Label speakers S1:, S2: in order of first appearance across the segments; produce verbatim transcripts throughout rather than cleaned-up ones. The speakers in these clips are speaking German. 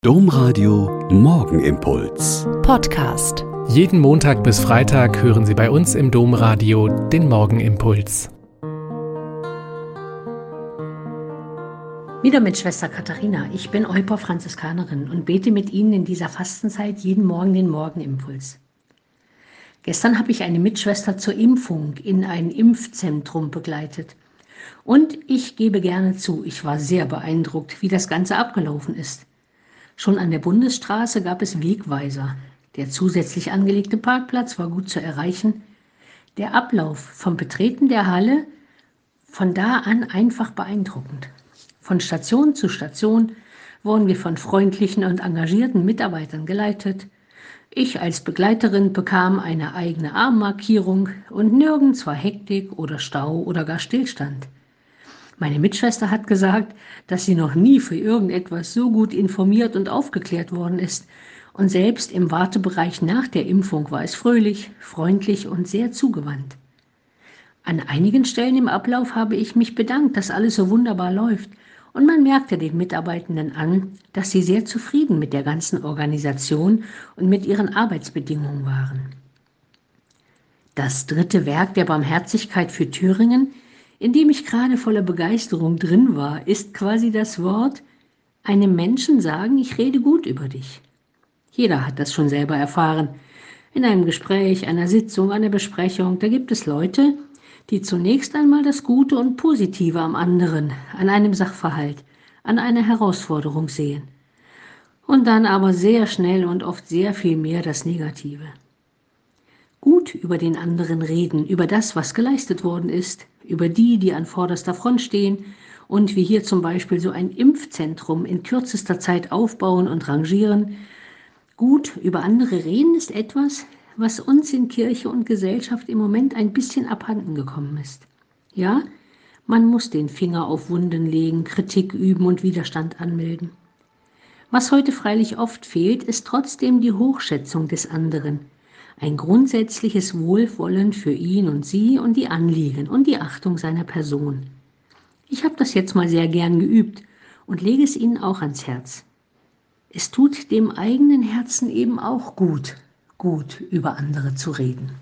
S1: Domradio Morgenimpuls.
S2: Podcast.
S3: Jeden Montag bis Freitag hören Sie bei uns im Domradio den Morgenimpuls.
S4: Wieder mit Schwester Katharina. Ich bin Olper Franziskanerin und bete mit Ihnen in dieser Fastenzeit jeden Morgen den Morgenimpuls. Gestern habe ich eine Mitschwester zur Impfung in ein Impfzentrum begleitet. Und ich gebe gerne zu, ich war sehr beeindruckt, wie das Ganze abgelaufen ist. Schon an der Bundesstraße gab es Wegweiser. Der zusätzlich angelegte Parkplatz war gut zu erreichen. Der Ablauf vom Betreten der Halle von da an einfach beeindruckend. Von Station zu Station wurden wir von freundlichen und engagierten Mitarbeitern geleitet. Ich als Begleiterin bekam eine eigene Armmarkierung und nirgends war Hektik oder Stau oder gar Stillstand. Meine Mitschwester hat gesagt, dass sie noch nie für irgendetwas so gut informiert und aufgeklärt worden ist. Und selbst im Wartebereich nach der Impfung war es fröhlich, freundlich und sehr zugewandt. An einigen Stellen im Ablauf habe ich mich bedankt, dass alles so wunderbar läuft. Und man merkte den Mitarbeitenden an, dass sie sehr zufrieden mit der ganzen Organisation und mit ihren Arbeitsbedingungen waren. Das dritte Werk der Barmherzigkeit für Thüringen, in dem ich gerade voller Begeisterung drin war, ist quasi das Wort: einem Menschen sagen, ich rede gut über dich. Jeder hat das schon selber erfahren. In einem Gespräch, einer Sitzung, einer Besprechung, da gibt es Leute, die zunächst einmal das Gute und Positive am anderen, an einem Sachverhalt, an einer Herausforderung sehen. Und dann aber sehr schnell und oft sehr viel mehr das Negative. Gut über den anderen reden, über das, was geleistet worden ist, über die, die an vorderster Front stehen und wie hier zum Beispiel so ein Impfzentrum in kürzester Zeit aufbauen und rangieren. Gut über andere reden ist etwas, was uns in Kirche und Gesellschaft im Moment ein bisschen abhanden gekommen ist. Ja, man muss den Finger auf Wunden legen, Kritik üben und Widerstand anmelden. Was heute freilich oft fehlt, ist trotzdem die Hochschätzung des anderen. Ein grundsätzliches Wohlwollen für ihn und sie und die Anliegen und die Achtung seiner Person. Ich habe das jetzt mal sehr gern geübt und lege es Ihnen auch ans Herz. Es tut dem eigenen Herzen eben auch gut, gut über andere zu reden.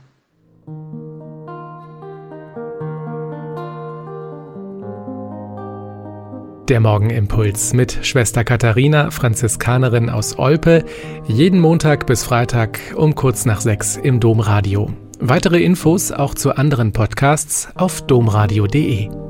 S3: Der Morgenimpuls mit Schwester Katharina, Franziskanerin aus Olpe, jeden Montag bis Freitag um kurz nach sechs im Domradio. Weitere Infos auch zu anderen Podcasts auf domradio punkt de.